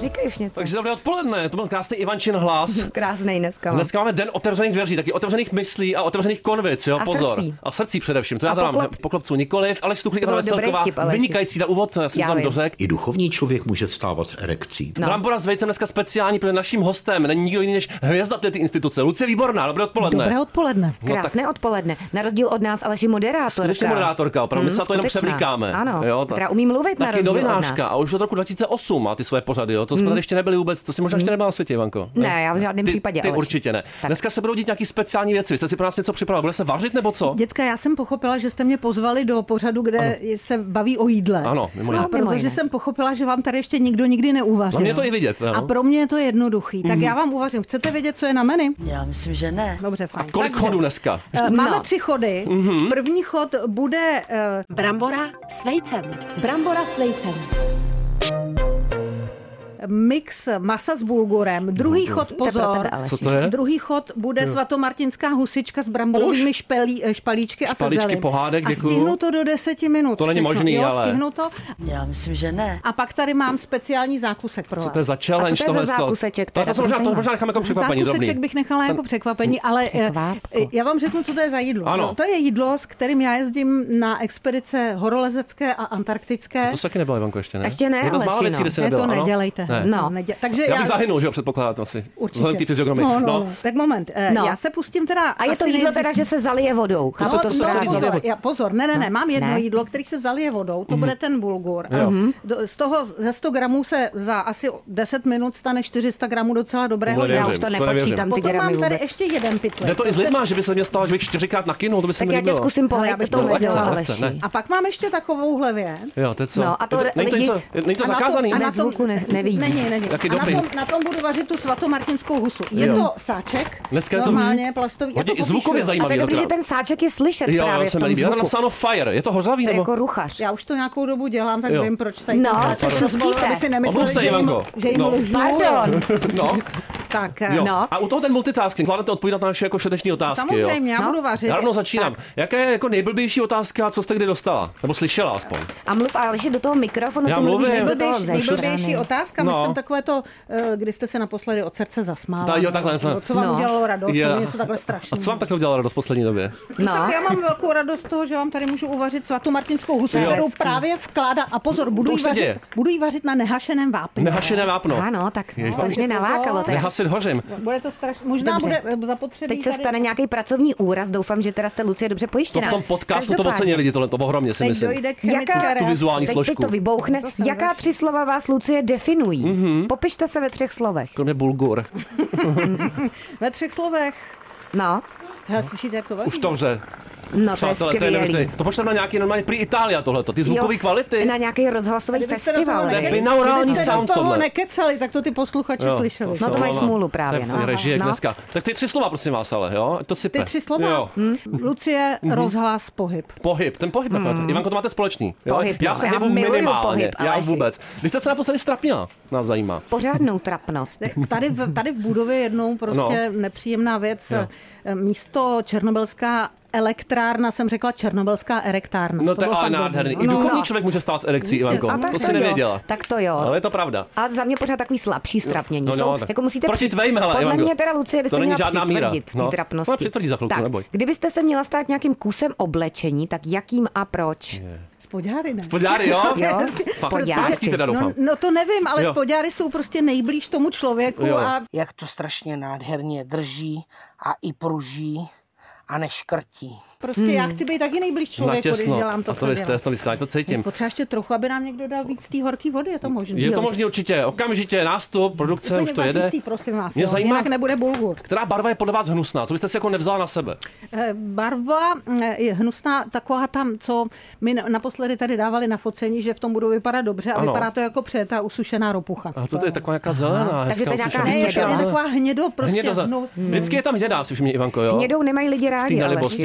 říkej už něco. Takže dobré odpoledne, to byl krásný Ivančin hlas. Krásnej dneska. Dneska máme den otevřených dveří, taky otevřených myslí a otevřených konvic, jo, A pozor. srdcí. A srdcí především, to já A dám poklopců nikoliv, ale Stuchlík To byl Veselková, dobrý vtip, Aleši. vynikající na úvod, já jsem Já tam vím. dořek. I duchovní člověk může vstávat s erekcí. No. Brambora s vejcem dneska speciální, protože naším hostem není nikdo jiný než hvězda této instituce. Lucie Výborná, dobré odpoledne. Dobré odpoledne. Krásné odpoledne. Na rozdíl od nás, Aleši, moderátorka. Skutečně moderátorka, opravdu, my se to jenom skutečná. převlíkáme. Ano, jo, která umí mluvit na taky rozdíl od novinářka nás. a už od roku 2008 má ty svoje pořady, jo. To jsme tady ještě nebyli vůbec, to si možná ještě nebyla na světě, Ivanko. Ne, já v žádném případě, Ty Aleši. určitě ne. Tak. Dneska se budou dít nějaký speciální věci. Vy jste si pro nás něco připravili? Bude se vařit nebo co? Děcka, já jsem pochopila, že jste mě pozvali do pořadu, kde se baví o jídle. Ano, mimo jiné. No, mimo Protože jiné. jsem pochopila, že vám tady ještě nikdo nikdy neuvařil. No, mě to i vidět, no. A pro mě je to jednoduchý. Tak já vám uvařím. Chcete vědět, co je na menu? Já myslím, že ne. Dobře, fajn. Kolik Takže, chodů dneska? Máme No. 3 chody. První chod bude Brambora s vejcem. Brambora s vejcem. mix masa s bulgurem. Druhý chod, To je pro pozor. tebe, Aleši. Co to je? Druhý chod bude svatomartinská husička s bramborovými špalíčky a se Špalíčky, zelím. pohádek, A děkuju. stihnu to do 10 minut. To není všechno. možný, jo, ale. Stihnu to. Já myslím, že ne. A pak tady mám speciální zákusek pro Co vás. to je za challenge? A co to je za tohleto? zákuseček To teda? možná, To to mě možná necháme jako překvapení. Zákuseček Dobrý. bych nechala jako překvapení, ale Překvápko. já vám řeknu, co to je za jídlo. Ano. No, to je jídlo, s kterým já jezdím na expedice horolezecké a antarktické. To se taky nebylo, Ivanko, ještě ne? Ještě ne, Je to z mála Aleši, věcí, no. kde jsi Ne, nebyla, to ano? nedělejte. Ne. No. Takže Já bych zahynul, že jo, předpokládám asi. Určitě. Vzhledem k té fyziognomii. No. Tak moment, No. já se pustím teda... A je to asi jídlo nejdřív- teda, že se zalije vodou. Chápu se- to to se správně. celý zalije vodou. Pozor, ne, mám jedno Ne? jídlo, který se zalije vodou, to bude ten bulgur. Jo. Z toho ze 100 gramů se za asi 10 minut stane 400 gramů docela dobrého Tohle Já jídla. už to to nepočítám, ty Potom gramy mám tady vůbec. ještě jeden pytlík. Jde to i s lidma, že by se mě stalo, že bych 4krát na kino, to by se Tak mi já tě líbilo. zkusím já polejt bych to to vodou, nedělala. Aleši. Ne. A pak mám ještě takovouhle věc. Jo, to je co? No, a to není to lidi- něco, není to A na tom- zakázaný? a Bez zvuku nevidí. Není. Taky A dobrý. na tom budu vařit tu svatomartinskou husu. Je to sáček, Dneska je to- normálně plastový. Já to Hodně i zvukově popíšu. A zajímavý. to je dobrý, že tentokrát. ten sáček je slyšet Jo, právě jo, v se mi tom líbí. Je tam zvuku. napsáno fire. Je to hořavý To je nebo? jako ruchař. Já už to nějakou dobu dělám, tak Jo. vím, proč tady No, ten to sáček šustíte. rozvolil, aby si Omluv nemysleli, se, Ivanko. že jim No. lžu. Pardon. No, Tak, jo. No. A u toho ten multitasking, zvládnete odpovídat na naše jako šedeční otázky, jo? samozřejmě, já No. budu vařit. Já rovnou začínám. Jaká je jako nejblbější otázka, co jste kdy dostala? Nebo slyšela aspoň? A mluv, Aleši, do toho mikrofonu, Já ty mluvíš mluvím. do toho ze Nejblbější strany. otázka, No. myslím takové to, kdy jste se naposledy od srdce zasmála. Jo, takhle. Nebo co vám No. udělalo radost, Je. nebo něco takhle A strašného. co vám takhle udělalo radost v poslední době? No. Tak já mám velkou radost z toho, že vám tady můžu uvařit svatomartinskou husu, Jo. kterou právě vkládá. A pozor, budu To jí už se děje. vařit na nehašeném vápně. Nehašené vápno. Ano, tak Ježiš, to už mě nalákalo teda. Nehasit hořím. Bude to strašně, možná Dobře. bude zapotřebí. Teď se tady- stane nějaký pracovní úraz, doufám, že teda jste Lucie dobře To pojištěná. v tom podcastu to Každopádně, ocení lidi, tohle to ohromně si Teď myslím. dojde k chemické Jaká- Tu reakci. vizuální teď složku. to vybouchne. To jsem Jaká zašla. 3 slova vás, Lucie, definují? Popište se ve 3 slovech. To je bulgur. Ve 3 slovech. No, Hele, slyšíte, jak to vaří? Už to vře. no to je Přátelé, to je skvělý. neuvěřitelné. To pošleme na nějaký normálně prý Itália tohleto. Ty zvukové Jo, kvality. Na nějaký rozhlasový Kdybyste do festival. toho To je neke- binaurální kdybyste do sound toho tohle. nekecali, tak to ty posluchači Jo. slyšeli. No to mají Slova. smůlu právě, To je no. režie No. dneska. Tak ty 3 slova, prosím vás, ale jo? To sype. Ty 3 slova? Jo. Lucie, rozhlas, pohyb. Pohyb, ten pohyb nakonec. Ivanko, to máte společný. Jo? Pohyb, Já no. se Já hybu miluju minimálně. pohyb, Já Aleši. vůbec. Vy jste se naposledy strapnila, nás zajímá. Pořádnou trapnost. Tady v budově jednou prostě nepříjemná věc. Jo. Místo černobylská elektrárna jsem řekla černobylská erektárna. No to je bylo ale fakt nádherný. blbý. I No, duchovní no. člověk může stát s erekcí, Jistě. Ivanko. A tak To si nevěděla. Tak to jo. Ale je to pravda. A za mě pořád takový slabší strapnění. No, Jsou, tak. jako musíte Proti tvým, hele, podle Ivanko. mě teda, Lucie, byste To není měla žádná míra. přitvrdit No. té trapnosti. No, přitvrdí za chvilku, tak, neboj. kdybyste se měla stát nějakým kusem oblečení, tak jakým a proč? Spodňáry, ne? Spodňáry, jo? Jo, Pánský spodňárky. teda doufám. No to nevím, ale Jo. spodňáry jsou prostě nejblíž tomu člověku Jo. a Jak to strašně nádherně drží a i pruží a neškrtí. prostě já chci být taky nejblíž člověku, když Natěsno. dělám to, A to vy jste, to vysílání, to cítím. Potřeba ještě trochu, aby nám někdo dal víc té horké vody, je to možné? Je to možný určitě. Okamžitě nástup, produkce, už to jede. Vařící, prosím vás, Mě jo, zajímá- jinak nebude bulgur. Která barva je podle vás hnusná? Co byste si jako nevzala na sebe? Barva je hnusná, taková tam, co mi naposledy tady dávali na focení, že v tom budou vypadat dobře a Ano. vypadá to jako přejetá usušená ropucha. A to je taková nějaká zelená, Takže to je hezká, nějaká usušená. hnědá. Je taková hnědo, prostě Hnědo za- hnus. Vždycky je tam hnědá, si všimně, Ivanko, jo? Hnědou nemají lidi rádi, V té ale nelibosti. Můžu vám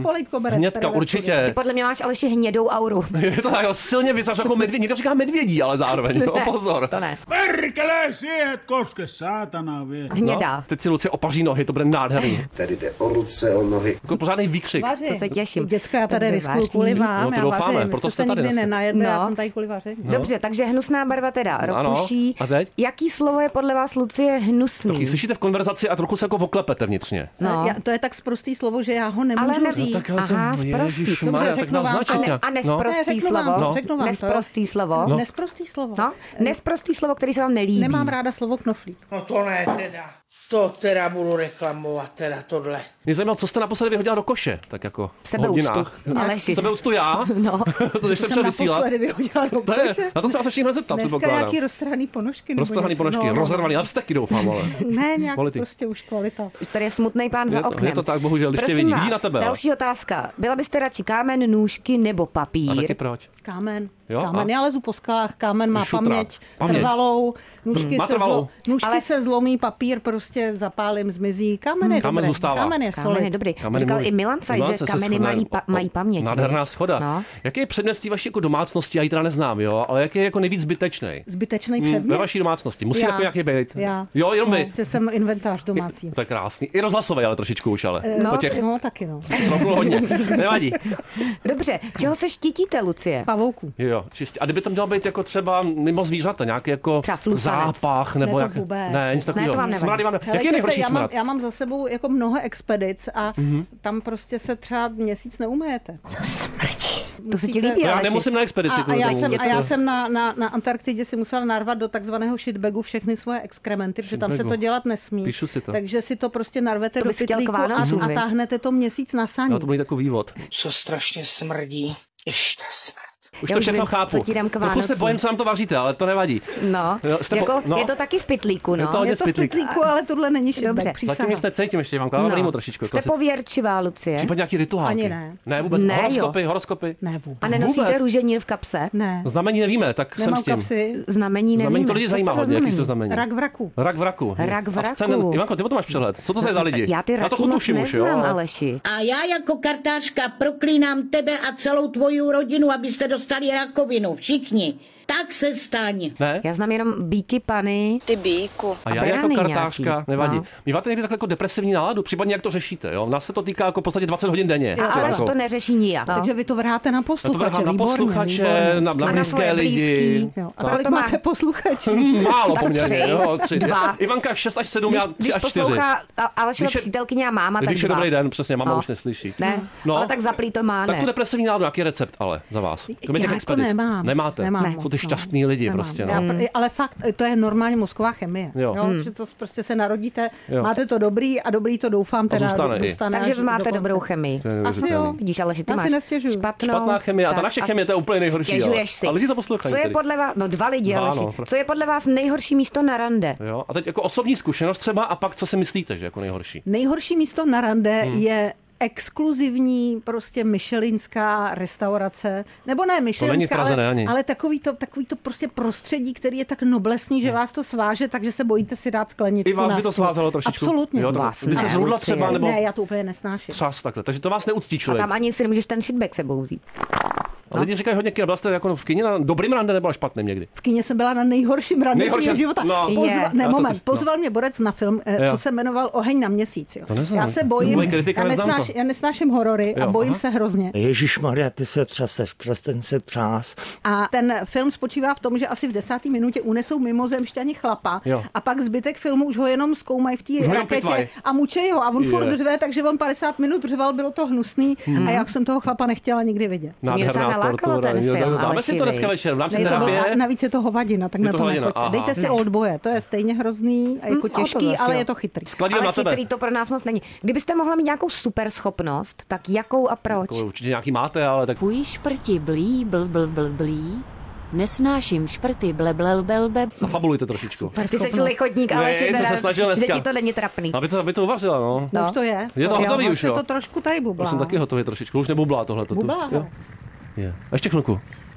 polejt koberec. Hnědka, určitě. Ty podle mě máš Aleši hnědou auru. Je to tak, silně vysař jako medvědí. Někdo říká medvědí, ale zároveň. Ne, pozor. To ne. Perkele, si koske, sátana, vě. Hnědá. No, teď si Lucie opaří nohy, to bude nádherný. Tady jde o ruce, o nohy. Jako pořádný výkřik. To se těším. Děcka, já tady Dobře, riskuju vaří. kvůli vám. No, to já doufáme, vařím. proto Vy jste se tady nikdy dneska. nenajedli, já No. jsem tady kvůli vaření. Dobře, takže hnusná barva teda ropuší. A teď? Jaký slovo je podle vás, Lucie, hnusný? Taky slyšíte v konverzaci a trochu se jako oklepete vnitřně. No. To je tak sprostý slovo, že já ho nemůžu Ale ne- říct. Tak Aha, sprostý. ježišmarja, Dobře, tak řeknu vám naznačit to. nějak. A nesprostý řeknu vám, slovo. řeknu vám to. Nesprostý slovo. No. Nesprostý slovo. No, nesprostý slovo, který se vám nelíbí. Nemám ráda slovo knoflík. No to ne teda. To teda budu reklamovat, teda tohle. Mě zajímalo, co jste naposledy vyhodila do koše, tak jako Sebeúctu. Aleši. Sebeúctu já? No. To když jsem šel vysílat. naposledy vyhodila do To je, koše. na to se asi všichni zeptat, Dneska předpokládám. nějaký roztrhaný ponožky. nebo Roztrhaný něco. ponožky, No, rozervaný na vzteky doufám, ale. Ne, nějak Quality. prostě už kvalita. Už tady je smutný pán za Je to- oknem. je to tak, bohužel, když tě Prosím vidí. vás, Vidí na tebe, ale. Další otázka. Byla byste radši kámen, nůžky nebo A papír? taky proč? Kámen. Jo, Kámen. a? Já lezu po skalách, kámen má Šutra. paměť, Paměť. trvalou, nůžky, Má trvalou. Ale- se zlomí, papír prostě zapálím, zmizí. Kámen je Kámen dobrý. zůstává. Kámen je Kámen je solid. dobrý. Kámen je Říkal můj. i Milan Caj, že Milance se kameny shodne. mají paměť. Nádherná víš? schoda. No. Jaký je předmět z té vaší jako domácnosti, já ji teda neznám, jo, ale jaký je jako nejvíc zbytečný? Zbytečný Ve předmět. vaší domácnosti. Musí Já. jako nějaký být. Já. Jo, jenom vy. Že jsem inventář domácí. To je krásný. I rozhlasový, ale trošičku už, ale. No, Po těch No, taky no. trofnul hodně. Nevadí. Dobře, čeho se štítíte, Lucie? Pavouku. Jo, čistě. A kdyby to mělo být jako třeba mimo zvířata, nějaký jako Třeba flusanec. zápach nebo Ne, to jak... vůbec. Ne, nic takového. to vám nevadí. Smrady vám ne... Jaký je Helejte nejhorší se, smrad? já mám za sebou jako mnoho expedic a tam prostě se třeba měsíc neumyjete. To se ti líbí, To já Aleši? nemusím na expedici. A kvůli já tomu. jsem na Antarktidě si musela narvat do takzvaného shitbagu všechny svoje exkrementy, protože tam se Shitbagu. to dělat nesmí. Píšu si to. Takže si to prostě narvete To do bys chtěl k pytlíku Vánocům, a viď? táhnete to měsíc na saní. No, to byl takový vývod. Co strašně smrdí. Ještě smrt. Už Já to už všechno vím, chápu. co ti dám k Trochu se Vánocům. bojím, co nám to vaříte, ale to nevadí. No, Jo, jste jako, no. je to taky v pytlíku, no. Je to hodně Je to v pytlík. pytlíku, ale tohle není shitbag, Dobře. Zatím přísahám. nic necítím, ještě vám klávám trošičku. Jste pověrčivá, Lucie? Případně nějaký rituálky. Ani ne. Ne, vůbec. Ne, Horoskopy. Ne, vůbec. A nenosíte Vůbec. růženin v kapse? Ne. Znamení nevíme, tak jsem Nemám s tím. kapsy. Znamení nevíme. Znamení to lidi Co zajímá jste za hodně, jaký jste znamení? znamení. Rak v raku. Rak v raku. Rak v A raku. scénen, Ivanko, ty o tom máš přehled. Co to je za lidi? Já ty to raky chudu moc tuším už, jo. neznám, Aleši. A já jako kartářka proklínám tebe a celou tvoji rodinu, abyste dostali rakovinu. Všichni. Tak se staň. Ne? Já znám jenom bíky pany. Ty bíku. A já berany jako kartářka, nějaký. nevadí. No. Míváte někdy takhle jako depresivní náladu? Případně jak to řešíte? Jo? Nás se to týká jako v podstatě 20 hodin denně. A Aleš jako, to neřeší nijak. No. Takže vy to vrháte na já to posluchače. vrhám na výborně, posluchače, výborně. na A na blízké svoje lidi. blízký. Jo. A Tak. kolik To má- máte posluchačů? Málo Tak poměrně. tři. Jo, 3. Dva. Ivanka 6 až 7, já 3 Když až 4. poslouchá Alešova Když je- přítelkyně a máma, tak Když je dva. dobrý den, přesně, máma No. už neslyší. Ne, ale tak zaplý to má, Tak ne. tu depresivní náladu, jaký je recept ale za vás? Kromě těch Já jako expedic. nemám. Nemáte? Nemám Jsou ty moc, no. šťastní lidi Nemám. prostě. No. Ale fakt, to je normálně mozková chemie. Jo. Že to prostě se narodíte, Jo. máte to dobrý a dobrý to doufám teda zůstane i. dostane Takže až vy máte do konce. dobrou chemii. To je Asi neuvěřitelný. jo. Vidíš, Aleši, ty Já si máš nestěžuju. špatnou. Špatná chemie, a ta tak naše chemie, to je úplně nejhorší. Stěžuješ ale. si. A lidi to poslouchají. Co je tady. podle vás, no dva lidi, Dva, Aleši. no. Co je podle vás nejhorší místo na rande? Jo? A teď jako osobní zkušenost třeba a pak co si myslíte, že jako nejhorší? Nejhorší místo na rande je exkluzivní prostě michelinská restaurace, nebo ne není v michelinská, Praze, ne, ani. ale takový to prostě prostředí, který je tak noblesní, že vás to sváže, takže se bojíte si dát skleničku. I vás na by to stůl. svázalo trošičku? Absolutně. Jo, tak Vás vy jste ne, z Rudla Lucie. třeba, nebo Ne, já to úplně nesnáším. třas takhle. Takže to vás neuctí A člověk. tam ani si nemůžeš ten shitbag sebou vzít. A lidi říkají hodně kina. Byla jste jako v kině na dobrým rande nebo na špatným někdy? V kině jsem byla na nejhorším rande Nejhorším, svého života. no. Je. Ne, Já to moment. teď- no. Pozval mě borec na film, Jo. co se jmenoval Oheň na měsíc. Jo. To neznám. Já se To bojím, byla kritika, neznám to. já nesnáším horory Jo, a bojím aha. se hrozně. Ježišmarja, ty se třeseš, přestaň se třás. A ten film spočívá v tom, že asi v 10. minutě unesou mimozemšťani chlapa Jo. a pak zbytek filmu už ho jenom zkoumají v té ho jenom raketě pitvaj. a mučej ho a on furt Je. řve, takže on 50 minut řval, bylo to hnusný a já jsem toho chlapa nechtěla nikdy vidět. mě docela nalákalo ten film, Dáme ale si to šivý. dneska večer v rámci Ne, to bylo- terapie. a navíc je to hovadina, tak Je na to to hovadina, nechoďte. aha. Dejte si Oldboye, to je stejně hrozný a jako o to těžký, zas, ale jo. je to chytrý. Skladíme Ale na tebe. chytrý to pro nás moc není. Kdybyste mohla mít nějakou super schopnost, tak jakou a proč? Jako určitě nějaký máte, ale tak Fuj šprti blí, blí. Nesnáším šprty, blblblblb. zafabulujte trošičku. Ty jsi lichotník, ale Ne, jsem se snažil že dneska. ti to není trapný. Aby to uvařila, no. No. Už to je. Je to hotový už, jo. to trošku tady bublá. Já jsem taky hotový trošičku, už nebublá tohle. Bublá, Jo. Je. A ještě chvilku.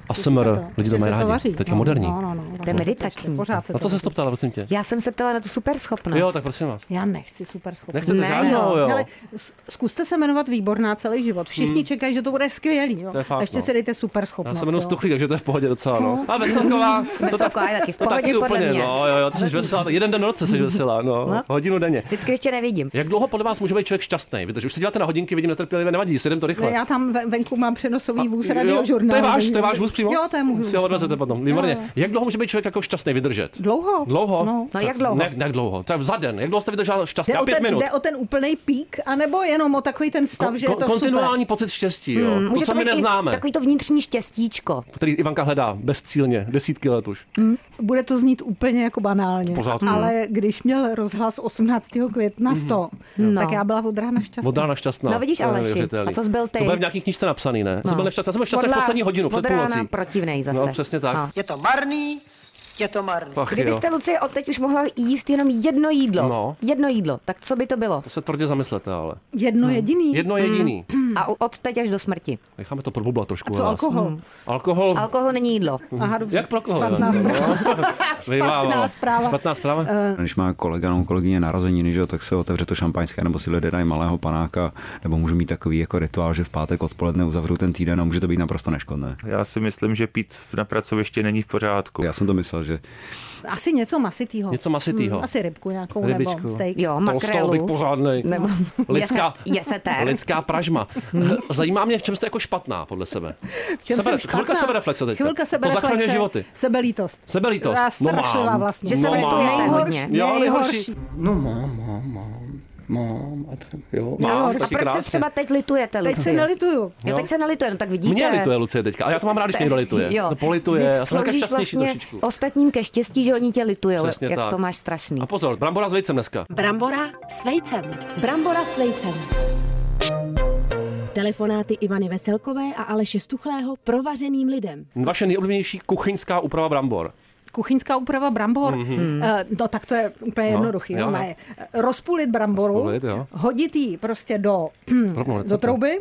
ASMR, lidi to mají rádi. vaří. Teďka moderní. To je meditační. Pořád se Na to co se to ptala, prosím tě? Já jsem se ptala na tu superschopnost. Jo, tak prosím vás. Já nechci super schopnost. Nechcete Ne, žádnou, jo. Ale zkuste se jmenovat Výborná celý život. Všichni čekají, že to bude skvělý. Jo? To je fakt, A ještě no. si dejte super Já schopnost. se jmenuji jo. Stuchlík, takže to je v pohodě docela, no. A Veselková. Veselková je taky v to pohodě, taky podle úplně, mě. no, jo, ty jsi veselá, jeden den v roce jsi veselá, no. Hodinu denně. Vždycky ještě nevidím. Jak dlouho podle vás může být člověk šťastný? Víte, že už se díváte na hodinky, vidím netrpělivě, nevadí, si jdem to rychle. Ne, já tam venku mám přenosový vůz Jo, radiožurnálu. to je váš vůz přímo? Jo, to je můj vůz. Si ho odvezete potom, výborně. Jo. Jak dlouho může být člověk jako šťastný vydržet? Dlouho. Dlouho? No jak dlouho? Ne, jak dlouho? To je za den. Jak dlouho jste vydržel šťastný? Jde A o 5 minut. Jde o ten úplný pík, anebo jenom o takový ten stav, že je to kontinuální super. pocit štěstí, jo. To, Může co to my být i neznáme. takový to vnitřní štěstíčko. Který Ivanka hledá bezcílně, desítky let už. Bude to znít úplně jako banálně. Pořádku. Ale když měl rozhlas 18. května 100, tak já byla od rána šťastná. Od rána šťastná. No vidíš, To je Aleši, neuvěřitelný. a co jsi byl ty? To bude v nějaký knížce napsaný, ne? Jsi byl nešťastný. Já jsem byl šťastný až poslední hodinu před od rána půlnocí. protivnej zase. No, přesně tak. No. Je to marný, je to marný. Ach, jo. Kdybyste, Lucie, odteď už mohla jíst jenom jedno jídlo, No. jedno jídlo, tak co by to bylo? To se tvrdě zamyslete, ale. Jedno jediný. Jedno jediný. A odteď až do smrti. Necháme to probublat trošku. Co u nás. alkohol? Alkohol. Alkohol není jídlo. Aha, dobře. Jak pro koho? Špatná zpráva. Vyvává. zpráva. Špatná zpráva. Když má kolega nebo kolegyně narozeniny, že jo, tak se otevře to šampaňské, nebo si lidé dají malého panáka, nebo můžu mít takový jako rituál, že v pátek odpoledne uzavřu ten týden a může to být naprosto neškodné. Já si myslím, že pít na pracovišti není v pořádku. Já jsem to myslel, že Asi něco masitýho. Něco masitýho. Asi rybku nějakou Rybičku. nebo steak. Jo, makrelu. Tolstól bych pořádnej. Nebo jeseter. Lidská pražma. Zajímá mě, v čem jste jako špatná podle sebe. V čem jsem špatná? Chvilka sebereflexe teďka. Chvilka To zachraňuje sebereflexe. životy. Sebelítost. Sebelítost. Já strašlivá vlastně. Že se litujete hodně. Jo, nejhorší. No mám. A tak, jo. A proč se třeba teď litujete, Lucie? Teď se nelituju. Jo, teď se nelituje, no tak vidíte. Mě lituje Lucie teďka, ale já to mám rád, když někdo lituje. Jo. To polituje, já jsem Sloužíš šťastnější vlastně trošičku. ostatním ke štěstí, že oni tě litujou, Přesně jak tak. to máš strašný. A pozor, brambora s vejcem dneska. Brambora s vejcem. Brambora s vejcem. Telefonáty Ivany Veselkové a Aleše Stuchlého provařeným lidem. Vaše nejoblíbenější kuchyňská úprava brambor. Kuchyňská úprava brambor, no tak to je úplně jednoduchý. jo. No, rozpůlit bramboru, Rozpůlit, jo. hodit ji prostě do trouby,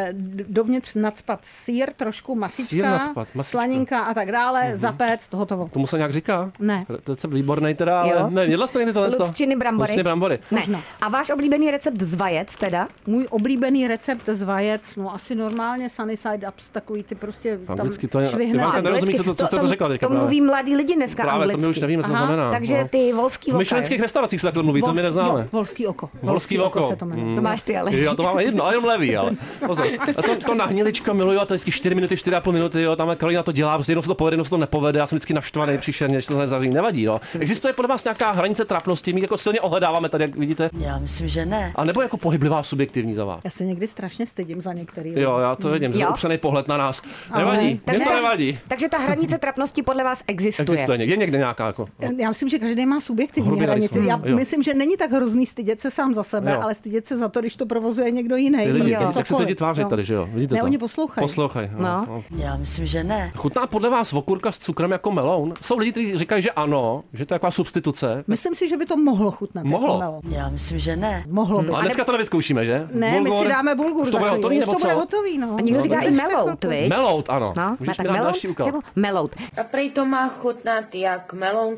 dovnitř nacpat sýr, trošku masička, slaninka a tak dále, zapéct, hotovo. Tomu se nějak říká? Ne. To je výborný teda, ale Jo. ne, jedla jste někdy tohle? Luččiny brambory? Luččiny brambory. Ne. Možná. A váš oblíbený recept z vajec teda? Můj oblíbený recept z vajec, no asi normálně sunny side ups, takový ty prostě tam Anglicky to je- švihnete. Ivanka nerozumí, co jste to řekla teďka To právě. mluví mladí lidi dneska Právě, anglicky. to my už nevíme, co to znamená. Takže ty volský V voka. myšlenských restauracích se takhle mluví, to my neznáme. Volský oko. Volský oko. se to jmenuje. To máš ty, ale. Jo, to máme jedno, ale jenom levý, ale pozor. A to nahnilička miluju, a to je vždycky 4 minuty, 4,5 minuty, jo, tam Karolina to dělá, prostě jednou se to povede, jednou se to nepovede, já jsem vždycky naštvaný, příšerně, že se to nezaří, nevadí, no. Existuje podle vás nějaká hranice trapnosti, my jako silně ohledáváme tady, jak vidíte? Já myslím, že ne. A nebo jako pohyblivá subjektivní za vás? Já se někdy strašně stydím za některý. Jo, já to vidím, že Jo. to upřený pohled na nás. Nevadí, mně to nevadí. Takže ta hranice trapnosti podle vás existuje. Existuje, je někde nějaká jako. Já myslím, že každý má subjektivní Hrubý hranici. rys, Já jo. myslím, že není tak hrozný stydět se sám za sebe, Jo. ale stydět se za to, když to provozuje někdo jiný. Ty lidi, Jo. jak se lidi tváří tady, že jo? Vidíte Ne, to? oni poslouchají. Poslouchají. No. Já myslím, že ne. Chutná podle vás okurka s cukrem jako meloun? Jsou lidi, kteří říkají, že ano, že to je taková substituce. Myslím si, že by to mohlo chutnat. Mohlo. Jako melon. Já myslím, že ne. Mohlo by. A dneska to nevyzkoušíme, že? Ne, my si dáme bulgur. To za bude chvíli. hotový, Už nebo to bude co? hotový, no. A někdo říká i melout, viď? Melout, ano. No, Můžeš tak mi dát melout další úkol. nebo melout. A prej to má chutnat jak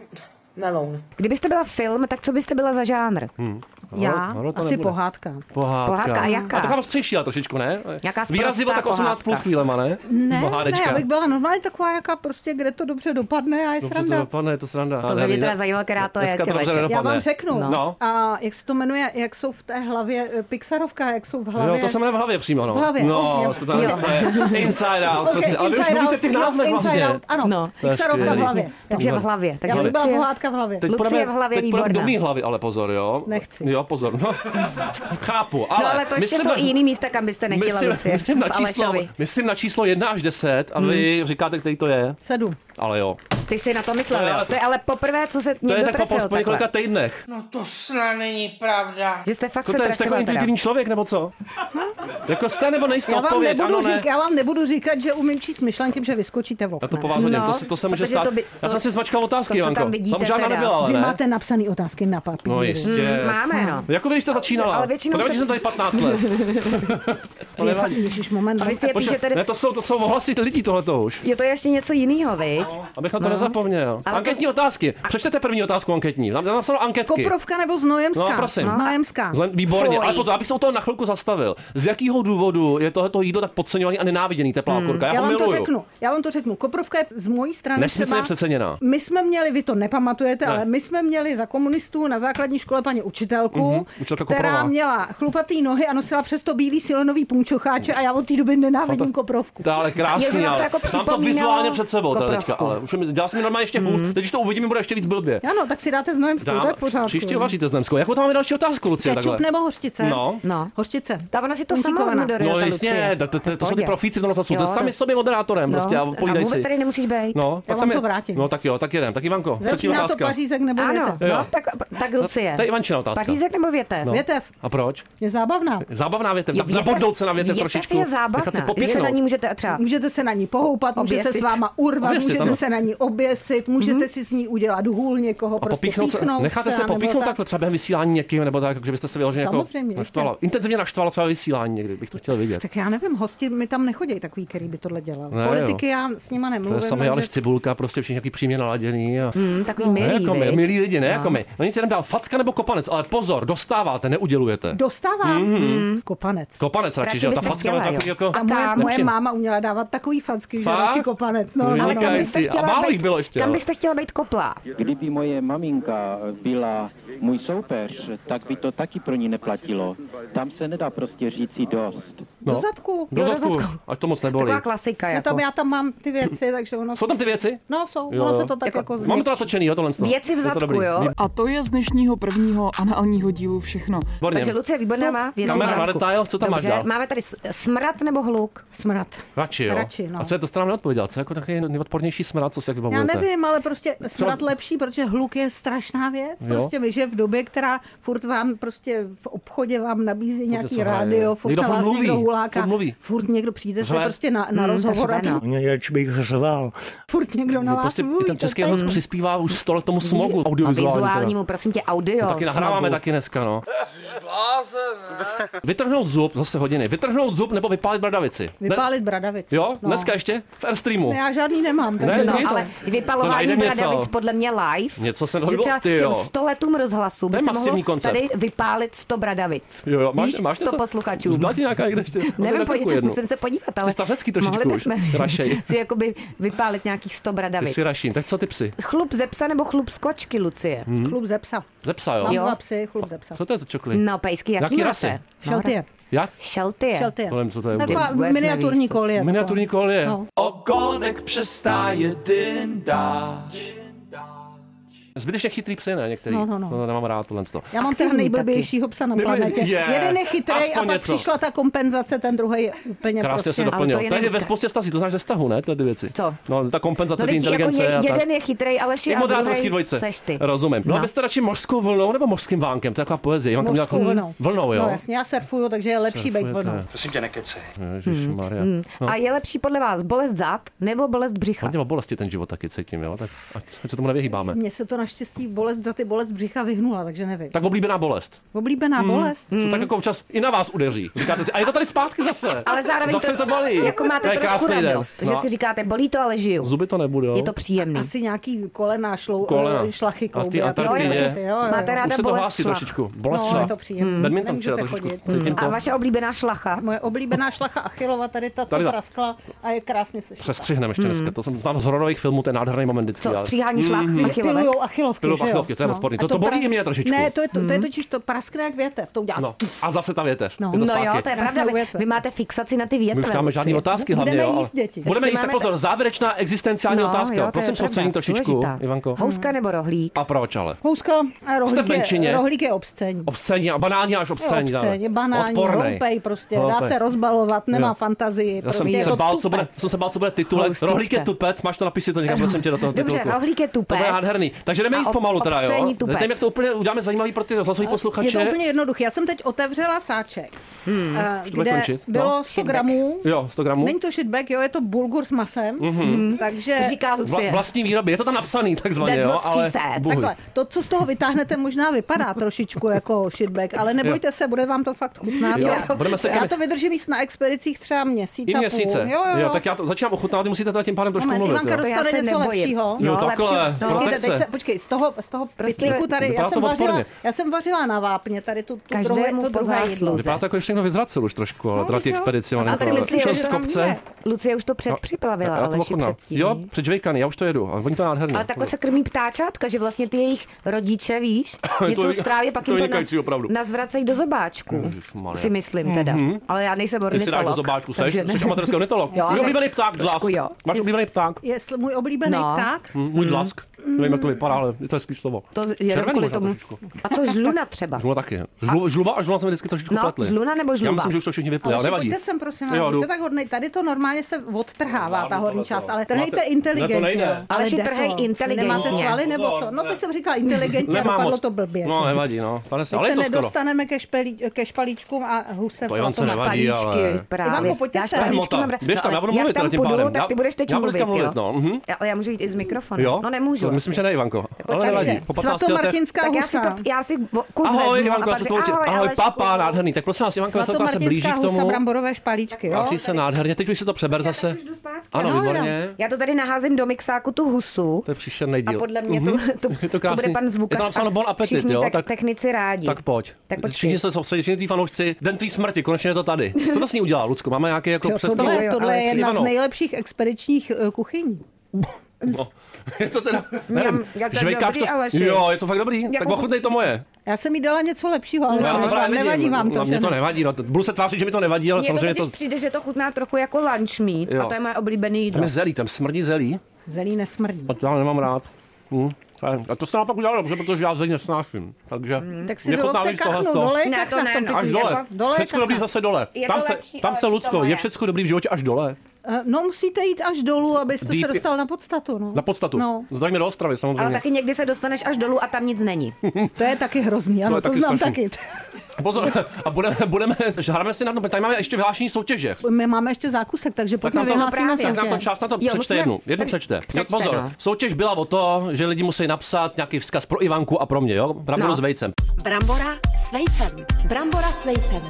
meloun. Kdybyste byla film, tak co byste byla za žánr? Já? Asi pohádka. Pohádka, a jaká? A taková ostřejší, ale trošičku, ne? Jaká Výrazivo tak 18 plus chvílema, ne? Ne, Pohádečka. abych byla normálně taková, jaká prostě, kde to dobře dopadne a je Dobře to sranda. dopadne, je to sranda. To by mě teda zajímalo, která to je, Dneska to dobře člověče. Já nedopadne. vám řeknu. No. A jak se to jmenuje, jak jsou v té hlavě, Pixarovka, jak jsou v hlavě. Jo, to se jmenuje v hlavě přímo, no. V hlavě, No, jo. to tam Jo. Inside Out, Okay, prostě. Ale vy už Inside mluvíte Out, v těch jo, názvech Inside vlastně. Out, ano, No. To je Pixarovka v skvělý. hlavě. Takže v hlavě. Takže Já bych byla Lucie- pohádka v hlavě. Teď Lucie v hlavě teď půjdeme do výborná. mý hlavy, ale pozor, jo. Nechci. Jo, pozor, no. Chápu, ale... No ale to ještě jsou i jiný místa, kam byste nechtěla, Lucie. Myslím V Alešovi. na číslo 1 až 10 a vy říkáte, který to je. 7. Ale jo. Ty jsi na to myslel, jo? To je ale poprvé, co se někdo trefil takhle. Po několika týdnech. No to snad není pravda. Že jste fakt co se to je, trefila jste jako intuitivní člověk, nebo co? Jako jste, nebo nejste odpověď? Já vám nebudu říkat, že umím číst myšlenky, že vyskočíte v okne. Já to po vás hodím, to se může stát. Já jsem si zmačkal otázky, Ivanko. Tam žádná nebyla, ale ne? Vy máte napsané otázky na papíru. No jistě. Máme, no. Jako když jste začínala. Ale většinou nevadí, že jsem tady 15 let. Ježiš, moment. A vy si je píšete... Ne, to jsou ohlasy lidí tohleto už. Je to ještě něco jiného, viď? Abych na to nezapomněl. Anketní otázky. Přečtěte první otázku anketní. Tam napsáno anketky. Koprovka nebo Znojemská? No, prosím. Znojemská. Výborně. Ale pozor, abych se u toho na chvilku zastavil. Z jakého důvodu je tohleto jídlo tak podceňovaný a nenáviděný, teplá kurka? Já vám to řeknu. Koprovka je z mojí strany nesmyslně přeceněná. My jsme měli, vy to nepamatujete, ale my jsme měli za komunistů na základní škole paní učitelku, která měla chlupatý nohy a nosila přesto bílý silonový punčocháče a já od té doby nenávidím koprovku. To je ale krásný, ale mám to vizuálně před sebou teďka, ale už dělal jsem mi normálně ještě hůř. Teď když to uvidíme, bude ještě víc blbě. Ano, tak si dáte Znojemskou, to je v pořádku. Příště uvaříte Znojemskou. Jakou tam máme další otázku, Lucie? Kečup nebo hořčice? No. Hořčice. Ta ona si to sama moderuje. No jasně, to jsou ty profíci v tom rozhlasu. To sami sobě moderátorem prostě a povídej si. Vůbec tady nemusíš být. No, já vám to vrátím. No tak jo, tak jedem. Tak Ivanko, začíná to Pařízek nebo větev? Ano, tak Lucie. To je Ivančina otázka. Pařízek nebo větev? Větev. A proč? Je zábavná. Zábavná větev. Nabodnout se na větev trošičku. Je zábavná. Vy se na ní můžete se na ní pohoupat, můžete se s váma urvat, můžete se na ní oběsit, můžete si s ní udělat hůl někoho, prostě píchnout. Necháte se popíchnout takhle třeba během vysílání někým, nebo tak, že byste se vyloženě jako naštvala. Intenzivně naštvala třeba vysílání někdy, bych to chtěl vidět. Tak já nevím, hosti mi tam nechodí takový, který by tohle dělal. Politiky já s nima nemluvím. To je samý Aleš Cibulka, prostě všichni nějaký přímě naladěný. Takový milý, milí lidi, ne jako my. No nic, jdem dál. Facka nebo kopanec, ale pozor, dostáváte, neudělujete. Dostávám. Kopanec. Kopanec radši, že jo, ta facka je takový jako. A moje máma uměla dávat takový facky, že radši kopanec. No, ale kam byste chtěla být kopla? Kdyby moje maminka byla můj soupeř, tak by to taky pro ní neplatilo. Tam se nedá prostě říci dost. Do zadku. Ať to moc nebolí. Taková klasika. Jako. Já tam mám ty věci, takže ono... Jsou tam ty věci? No, jsou. Ono se to tak jako změkčí. Máme to natočený, jo, tohle. Věci v zadku, jo. A to je z dnešního prvního análního dílu všechno. Takže Lucie výborná má věci v zadku. Co tam máš dál? Máme tady smrad nebo hluk? Smrad. Radši, jo. A co je to jste nám neodpověděl? Co je jako takový nejodpornější smrad, co si jak vybavujete? Já nevím, ale prostě smrad lepší, protože hluk je strašná věc. Prostě vy, že v době, která furt vám prostě v obchodě vám nabízí nějaký rádio, furt na vás někdo huláká, furt někdo přijde se prostě na rozhovor. Něč bych řval. Furt někdo na vás mluví. Ten český hlas přispívá už 100 let tomu smogu audiovizuálnímu, prosím tě, audio. Taky nahráváme taky dneska, no. Vytrhnout zub, zase hodiny. Vytrhnout zub nebo vypálit bradavici. Vypálit bradavici. Jo, dneska ještě v Airstreamu. Já žádný nemám. Ale vypalování bradavic podle mě live. Něco se že třeba těm 100 letům rozhlasu by se mohlo tady vypálit 100 bradavic. Jo, máš 100 posluchačů. Zbyla ti nějaká někde ještě? Nevím, musím se podívat, ale mohli bychom si jakoby vypálit nějakých 100 bradavic. Ty si rašín, tak co ty psy? Chlup ze psa nebo chlup z kočky, Lucie? Chlup ze psa. Ze psa, jo? Mám dva psy, chlup ze psa. Co to je za čokli? No, pejsky, jaký máte? Šeltie. Jak? Šeltie. Co to je? Taková miniaturní kolie. Miniaturní kolie. Ogonek přestáje dyndáč. Zbytečně chytrý psy, ne? Některý. No, nemám rád tohle. Já mám ten nejblbějšího psa na planetě. Jeden je chytrej a pak přišla ta kompenzace, ten druhý je úplně krásně prostě. Se doplnil. To je ve spoustě vztazí, to znáš ze vztahu, ne? Ty věci. Co? No, ta kompenzace té inteligence. Jako jeden je chytrej, ale je moderátorský dvojice. Seš ty. Rozumím. No, byste radši mořskou vlnou nebo mořským vánkem? To je taková poezie. Mořskou vlnou. Vlnou, jo. No jasně, já surfuju, takže je lepší být vlnou. Prosím tě, nekecej. Ježišmarja. A je lepší podle vás bolest zad nebo bolest břicha? Hodně o bolesti ten život taky cítím, jo. Tak ať se tomu nevyhýbáme. Mně se to naštěstí bolest za ty bolest břicha vyhnula, takže nevím. Tak oblíbená bolest. Oblíbená bolest? Co tak jako občas i na vás udeří. Říkáte si, a je to tady zpátky zase. Ale zároveň to bolí. Jako máte trošku radost, že si říkáte, bolí to, ale žiju. Zuby to nebude, jo. Je to příjemný. Asi nějaký kolena, šlachy klouby. Máte ráda bolest šlach. Bolest šlach. No, je to příjemné. Nemůžete chodit. A vaše oblíbená šlacha? Moje oblíbená šlacha Achillova, tady ta, co praskla a je krásně sešla. Přestřihneme ještě dneska. To jsem znám z hororových filmů, ten nádherný moment vždycky. Co, stříhání šlach Achillova? Milujou achilovky, to je odporný. To bolí mě trošičku. Ne, to je totiž to praskne jak větev, to udělá. No. A zase ta větev. No jo, to je pravda. Vy máte fixaci na ty větve. My už máme žádné otázky hlavně. Budeme jíst, děti. Budeme jíst, tak pozor, závěrečná existenciální otázka. Prosím soustředění trošičku, Ivanko. Houska nebo rohlík? A proč ale? Houska a rohlík je obscénní. Obscénní a banáni až obscénní. Banáni, hloupej prostě, dá se rozbalovat, nemá fantazii. Já jsem se bál, co bude titulek. Rohlík je tupec, máš to, napíš si to někam, prosím tě do toho titulku. Dobře, rohlík je tupec. To bude nádherný. Takže jdeme jíst pomalu teda, jo. Teď jak to úplně uděláme zajímavý pro ty rozhlasový posluchače. Je to úplně jednoduché. Já jsem teď otevřela sáček, kde bylo 100 gramů. Jo, 100 gramů. Není to shitbag, jo, je to bulgur s masem. Takže říká Lucie. Vlastní výroby, je to tam napsaný takzvaně, jo, ale takhle, to, co z toho vytáhnete, možná vypadá trošičku jako shitbag, ale nebojte se, bude vám to fakt chutnat. Já to vydržím jíst na expedicích třeba měsíc a půl. Jo, tak já to začínám ochutnávat, musíte teda tím pádem trošku mluvit. Ivanka dostane něco lepšího. Jo, takhle, protekce. Počkej, z toho pytlíku tady, já jsem vařila na vápně, tady tu druhé jídlo. Vypadá to jako ještě někdo vyzracil už trošku, ale teda ty expedici. Lucie už to předpřipravila, ale jo, předžvejkaný, já už to jedu, ale oni to nádherně. Ale takhle se krmí ptáčátka, že vlastně ty jejich rodiče, víš, něco stráví, pak jim to nazvracejí do zobáčku. Si myslím teda. Ale já nejsem ornitolog. Ty si dáš do zobáčku, jsi amatérský ornitolog. Můj oblíbený pták, dlask. Máš oblíbený pták? Jestli můj oblíbený pták? Můj dlask. Nevím, jak to vypadá, ale je to hezký slovo. To je kvůli tomu. A co žluna třeba? Žluna taky. Žluva a žluna jsme vždycky trošičku pletli. Žluna nebo žluva? Já myslím, že už to všichni vypli, ale nevadí. Pojďte sem, prosím vás, buďte tak hodnej. Tady to normálně se odtrhává, ta horní část, ale trhejte inteligentně. Ale si trhej inteligentně. Nemáte svaly nebo co? No to jsem říkala inteligentně, dopadlo to blbě. No nevadí, no. Teď se nedostaneme ke špalíčkům a husem. To Ivance nevadí, ale... Právě. Běž tam, já budu mluvit tím pádem. Tak ty budeš teď mluvit, jo? Ale já můžu jít i z mikrofonu. No nemůžu. Myslím, že ne, Ivanko. Ale nevadí. Svatomartinská husa. Já si kus ahoj, Ivanko, ahoj, papa, nádherný. Tak prosím vás, Ivanko, se blíží k tomu. Svatomartinská husa, bramborové špalíčky, jo? Patří se nádherně, teď už si to přeber zase. Ano, výborně. Já to tady naházím do mixáku tu husu. To je příšerný díl. A podle mě to bude pan zvukař a všichni technici rádi. Tak pojď. Všichni se soustředí, všichni tví fanoušci. Den tvý smrti, konečně je to tady. Co to s ní udělal, Lucko? Máme nějaký jako představu? Tohle je jedna z nejlepších expedičních kuchyní. No. Je to teda, žvejkáš to, jo, je to fakt dobrý, tak ochutnej to moje. Já jsem jí dala něco lepšího, ale nevadí vám to, že? Mně to nevadí, no, budu se tvářit, že mi to nevadí, ale samozřejmě to... přijde, že to chutná trochu jako lunch meat a to je moje oblíbený jídlo. Tam je zelí, tam smrdí zelí. Zelí nesmrdí. A to já nemám rád. A to se naopak udělalo dobře, protože já zelí nesnáším. Takže tak si dovolte kachnu, dole je kachna v tom až dole. Všecko dobrý zase dole. Tam se, Lucko, je všecko dobrý v životě až dole. No musíte jít až dolů, abyste se dostal na podstatu. No. Na podstatu? No. Zdravíme do Ostravy, samozřejmě. Ale taky někdy se dostaneš až dolů a tam nic není. To je taky hrozný, ano, to znám taky. Pozor, a budeme, hrajeme si na to, tady máme ještě vyhlášení soutěže. My máme ještě zákusek, takže pojďme vyhlásíme soutěž. Tak nám to čas na to přečte jednu přečte. Pozor, no. Soutěž byla o to, že lidi musí napsat nějaký vzkaz pro Ivanku a pro mě, jo? Bramboru s vejcem. Brambora s vejcem. Brambora s vejcem.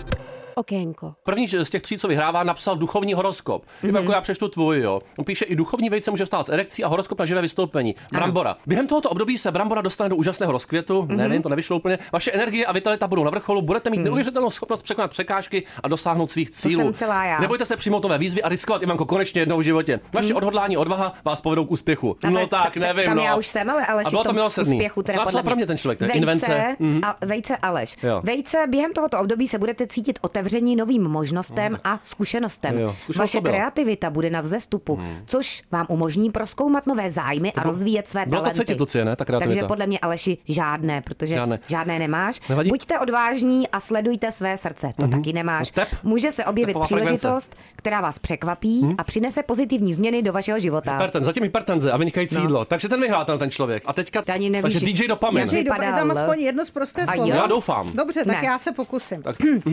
Okénko. První z těch 3, co vyhrává, napsal duchovní horoskop. Jako já přečtu tvůj, jo. On píše, i duchovní vejce může vstát s erekcí a horoskop na živé vystoupení. Brambora. Během tohoto období se Brambora dostane do úžasného rozkvětu. Nevím, to nevyšlo úplně. Vaše energie a vitalita budou na vrcholu, budete mít neuvěřitelnou schopnost překonat překážky a dosáhnout svých cílů. Nebojte se přijmout nové výzvy a riskovat, Ivanko, konečně jednou v životě. Vaše odhodlání, odvaha vás povedou k úspěchu. No tak, nevím, tam já už jsem, ale Aleš, v tom úspěchu teda podle mě. Pro mě ten člověk, invence. Vejce Aleš. Vejce, během tohoto období se budete cítit otevření novým možnostem a zkušenostem. Vaše kreativita bude na vzestupu, což vám umožní prozkoumat nové zájmy a rozvíjet své talenty. Cítit, Lucie, ne? Ta kreativita. Takže podle mě, Aleši, žádné, protože žádné nemáš. Nevadí? Buďte odvážní a sledujte své srdce. To taky nemáš. Může se objevit příležitost, která vás překvapí a přinese pozitivní změny do vašeho života. Zatím hypertenze a vynikající jídlo. Takže ten vyhrál ten člověk. A teďka takže DJ dopamin. Je tam aspoň jedno sprosté slovo. Já doufám. Dobře, tak já se pokusím.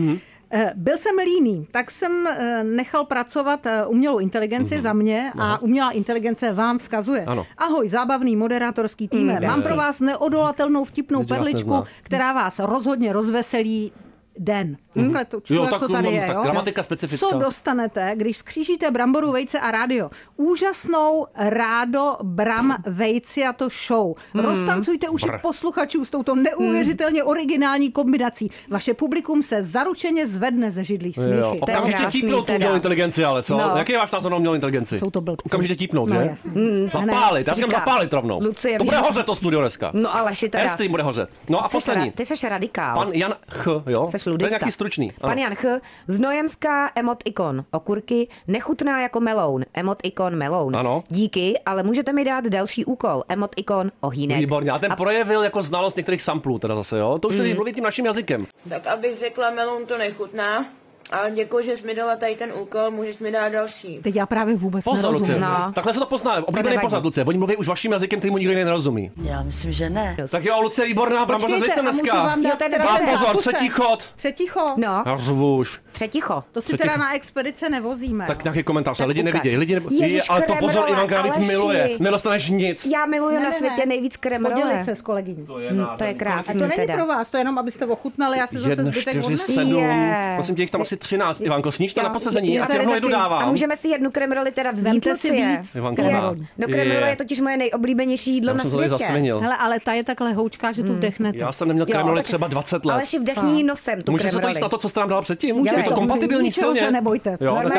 Byl jsem líný, tak jsem nechal pracovat umělou inteligenci za mě a umělá inteligence vám vzkazuje. Ano. Ahoj, zábavný moderátorský tým. Mám pro vás neodolatelnou vtipnou perličku, která vás rozhodně rozveselí den. To tady je, jo? Gramatika specifická. Co dostanete, když skřížíte bramboru, vejce a rádio? Úžasnou Rádo Bram Vejciato show. Roztancujte uši posluchačů s touto neuvěřitelně originální kombinací. Vaše publikum se zaručeně zvedne ze židlí smíchy. Okamžitě típnout tu umělou inteligenci, ale co? No. Jaký je váš názor na umělou inteligenci? Jsou to blbci. Okamžitě típnout, že? Zapálit, já říkám zapálit rovnou. Lucie, to bude hořet to studio dneska. No ale teda. Airstream bude hořet. No a poslední. Ty seš radikál. Pan Jan Ch, jo? Seš ludista. To je nějaký stručný. Pan Jan Ch, znojemská emotikon. Okurky, nechutná jako meloun. Emotikon meloun. Ano. Díky, ale můžete mi dát další úkol. Emotikon ohýnek. Výborně. A ten projevil jako znalost některých samplů teda zase, jo? To už tedy mluví tím naším jazykem. Tak abych řekla, meloun to nechutná. Ale děkuji, že jsi mi dala tady ten úkol, můžeš mi dát další. Teď já právě vůbec nerozumím. No. Takhle se to pozná. Oblíbený pořad, Lucie. Oni mluví už vaším jazykem, který mu nikdo nerozumí. Já myslím, že ne. Tak jo, Lucie, výborná, Bramboře s vejcem dneska. Pozor, třetí cho. No. Já řvu už. Třeticho. To si teda na expedice nevozíme. Tak nějaký komentář, lidi nevidějí. Ale to pozor, Ivanka navíc miluje. Nedostaneš nic. Já miluju na světě nejvíc kremrole. Podělit se s kolegyní. To je krásný. A to není pro vás, to je jenom abyste ochutnali, já si zase zbytek odnesu. Prosím tě, jich tam asi 13, Ivanko, sníž to na posazení, já ti rovnou jednu dávám. A můžeme si jednu kremroli teda vzít, si víc. No kremrole je totiž moje nejoblíbenější jídlo na světě. Hele, ale ta je tak lehoučká, že tu vdechnete. Já jsem neměl kremroli třeba 20 let. Ale si vdechní nosem tu kremroli. Může se to jíst na to, co jste nám dala předtím? Je to kompatibilní silně. Se nebojte.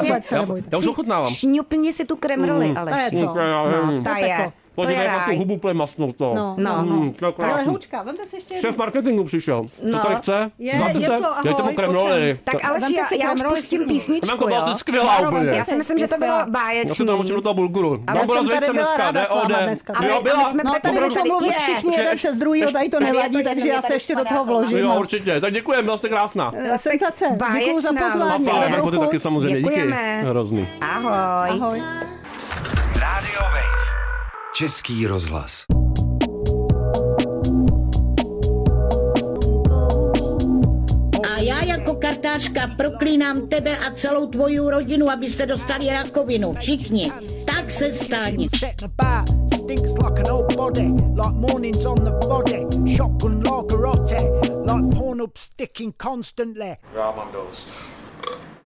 Já už ochutnávám. Šňupni si tu kremroli, ale ta je. Podívej na tu hubu, plně masnou to. Ale houčka, vemte si ještě jednu. Šéf marketingu přišel. Co tady chce? Dejte mu kremroli. Tak Aleš, já už pustím písničku, jo? To skvělá úplně. Já si myslím, že to bylo báječný. Já se tam učím do toho bulguru. Já jsem tady byla ráda s váma dneska. No tady musím mluvit všichni jeden přes druhýho, tady to nevadí, takže já se ještě do toho vložím. Jo, určitě. Tak děkujeme, byla jste krásná. Senzace. Děkuju za pozvání. Ty taky samozřejmě, díky. Hrozný. Ahoj. Český rozhlas. A já jako kartářka proklínám tebe a celou tvoji rodinu, abyste dostali rakovinu. Všichni. Tak se staň. Stinks like an old body, like mornings on the body. Shotgun lagerotte, like porn up sticking constantly. Já mám dost.